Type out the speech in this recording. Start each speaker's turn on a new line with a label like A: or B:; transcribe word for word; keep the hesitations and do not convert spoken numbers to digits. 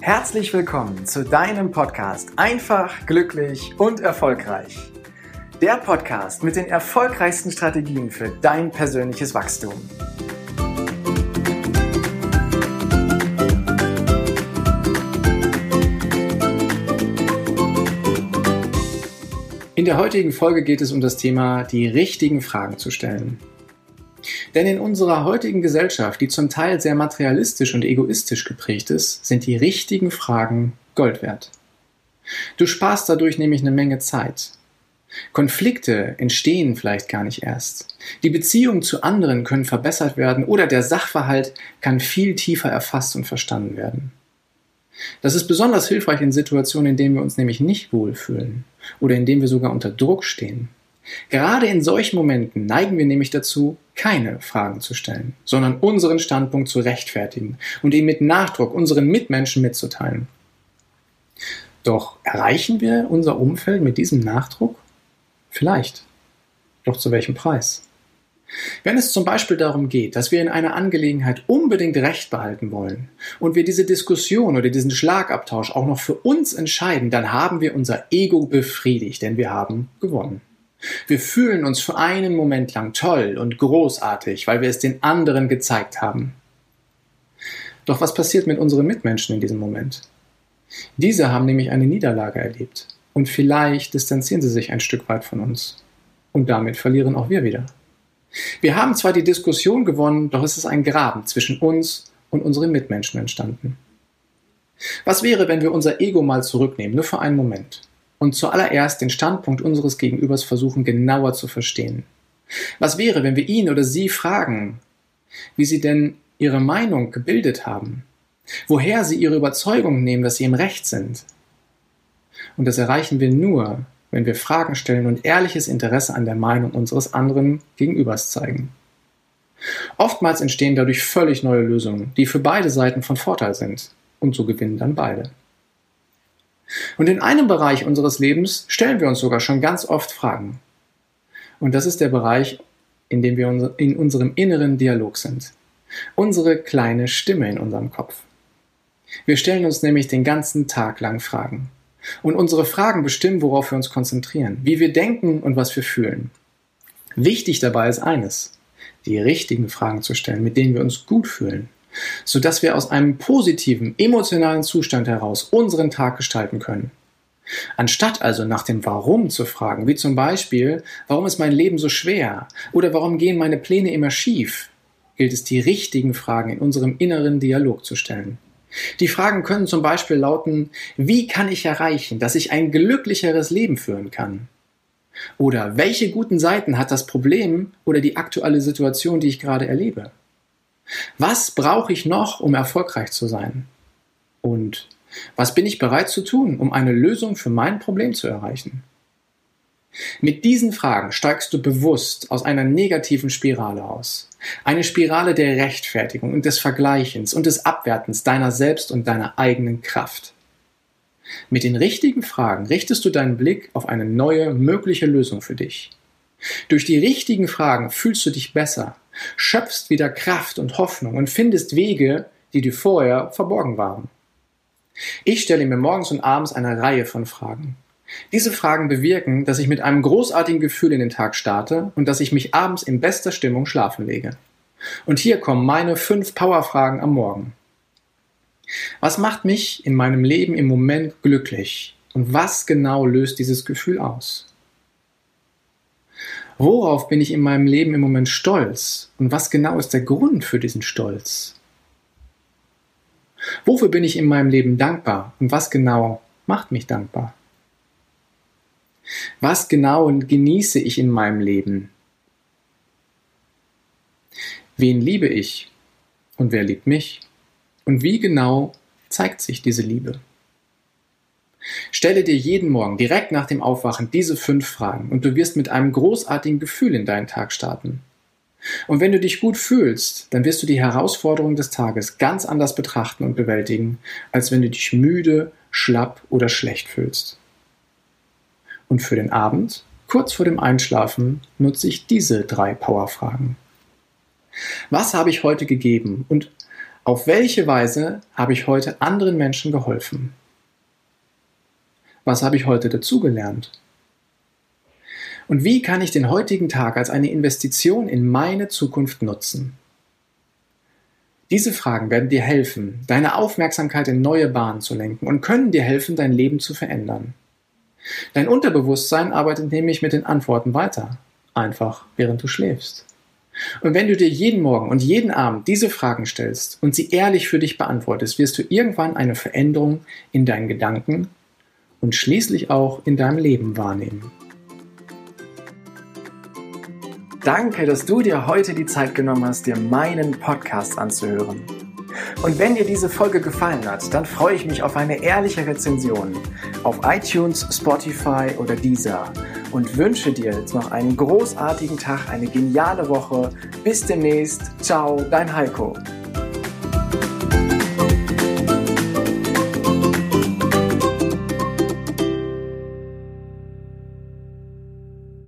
A: Herzlich willkommen zu deinem Podcast Einfach, glücklich und erfolgreich. Der Podcast mit den erfolgreichsten Strategien für dein persönliches Wachstum. In der heutigen Folge geht es um das Thema, die richtigen Fragen zu stellen. Denn in unserer heutigen Gesellschaft, die zum Teil sehr materialistisch und egoistisch geprägt ist, sind die richtigen Fragen Gold wert. Du sparst dadurch nämlich eine Menge Zeit. Konflikte entstehen vielleicht gar nicht erst. Die Beziehungen zu anderen können verbessert werden oder der Sachverhalt kann viel tiefer erfasst und verstanden werden. Das ist besonders hilfreich in Situationen, in denen wir uns nämlich nicht wohlfühlen oder in denen wir sogar unter Druck stehen. Gerade in solchen Momenten neigen wir nämlich dazu, keine Fragen zu stellen, sondern unseren Standpunkt zu rechtfertigen und ihn mit Nachdruck unseren Mitmenschen mitzuteilen. Doch erreichen wir unser Umfeld mit diesem Nachdruck? Vielleicht. Doch zu welchem Preis? Wenn es zum Beispiel darum geht, dass wir in einer Angelegenheit unbedingt Recht behalten wollen und wir diese Diskussion oder diesen Schlagabtausch auch noch für uns entscheiden, dann haben wir unser Ego befriedigt, denn wir haben gewonnen. Wir fühlen uns für einen Moment lang toll und großartig, weil wir es den anderen gezeigt haben. Doch was passiert mit unseren Mitmenschen in diesem Moment? Diese haben nämlich eine Niederlage erlebt und vielleicht distanzieren sie sich ein Stück weit von uns. Und damit verlieren auch wir wieder. Wir haben zwar die Diskussion gewonnen, doch es ist ein Graben zwischen uns und unseren Mitmenschen entstanden. Was wäre, wenn wir unser Ego mal zurücknehmen, nur für einen Moment? Und zuallererst den Standpunkt unseres Gegenübers versuchen genauer zu verstehen. Was wäre, wenn wir ihn oder sie fragen, wie sie denn ihre Meinung gebildet haben, woher sie ihre Überzeugung nehmen, dass sie im Recht sind? Und das erreichen wir nur, wenn wir Fragen stellen und ehrliches Interesse an der Meinung unseres anderen Gegenübers zeigen. Oftmals entstehen dadurch völlig neue Lösungen, die für beide Seiten von Vorteil sind. Und so gewinnen dann beide. Und in einem Bereich unseres Lebens stellen wir uns sogar schon ganz oft Fragen. Und das ist der Bereich, in dem wir in unserem inneren Dialog sind. Unsere kleine Stimme in unserem Kopf. Wir stellen uns nämlich den ganzen Tag lang Fragen. Und unsere Fragen bestimmen, worauf wir uns konzentrieren, wie wir denken und was wir fühlen. Wichtig dabei ist eines, die richtigen Fragen zu stellen, mit denen wir uns gut fühlen, sodass wir aus einem positiven, emotionalen Zustand heraus unseren Tag gestalten können. Anstatt also nach dem Warum zu fragen, wie zum Beispiel, warum ist mein Leben so schwer oder warum gehen meine Pläne immer schief, gilt es, die richtigen Fragen in unserem inneren Dialog zu stellen. Die Fragen können zum Beispiel lauten, wie kann ich erreichen, dass ich ein glücklicheres Leben führen kann? Oder welche guten Seiten hat das Problem oder die aktuelle Situation, die ich gerade erlebe? Was brauche ich noch, um erfolgreich zu sein? Und was bin ich bereit zu tun, um eine Lösung für mein Problem zu erreichen? Mit diesen Fragen steigst du bewusst aus einer negativen Spirale aus. Eine Spirale der Rechtfertigung und des Vergleichens und des Abwertens deiner selbst und deiner eigenen Kraft. Mit den richtigen Fragen richtest du deinen Blick auf eine neue, mögliche Lösung für dich. Durch die richtigen Fragen fühlst du dich besser, schöpfst wieder Kraft und Hoffnung und findest Wege, die dir vorher verborgen waren. Ich stelle mir morgens und abends eine Reihe von Fragen. Diese Fragen bewirken, dass ich mit einem großartigen Gefühl in den Tag starte und dass ich mich abends in bester Stimmung schlafen lege. Und hier kommen meine fünf Powerfragen am Morgen. Was macht mich in meinem Leben im Moment glücklich? Und was genau löst dieses Gefühl aus? Worauf bin ich in meinem Leben im Moment stolz? Und was genau ist der Grund für diesen Stolz? Wofür bin ich in meinem Leben dankbar? Und was genau macht mich dankbar? Was genau genieße ich in meinem Leben? Wen liebe ich? Und wer liebt mich? Und wie genau zeigt sich diese Liebe? Stelle dir jeden Morgen direkt nach dem Aufwachen diese fünf Fragen und du wirst mit einem großartigen Gefühl in deinen Tag starten. Und wenn du dich gut fühlst, dann wirst du die Herausforderungen des Tages ganz anders betrachten und bewältigen, als wenn du dich müde, schlapp oder schlecht fühlst. Und für den Abend, kurz vor dem Einschlafen, nutze ich diese drei Powerfragen. Was habe ich heute gegeben und Auf welche Weise habe ich heute anderen Menschen geholfen? Was habe ich heute dazugelernt? Und wie kann ich den heutigen Tag als eine Investition in meine Zukunft nutzen? Diese Fragen werden dir helfen, deine Aufmerksamkeit in neue Bahnen zu lenken und können dir helfen, dein Leben zu verändern. Dein Unterbewusstsein arbeitet nämlich mit den Antworten weiter, einfach während du schläfst. Und wenn du dir jeden Morgen und jeden Abend diese Fragen stellst und sie ehrlich für dich beantwortest, wirst du irgendwann eine Veränderung in deinen Gedanken und schließlich auch in deinem Leben wahrnehmen. Danke, dass du dir heute die Zeit genommen hast, dir meinen Podcast anzuhören. Und wenn dir diese Folge gefallen hat, dann freue ich mich auf eine ehrliche Rezension auf iTunes, Spotify oder Deezer und wünsche dir jetzt noch einen großartigen Tag, eine geniale Woche. Bis demnächst. Ciao, dein Heiko.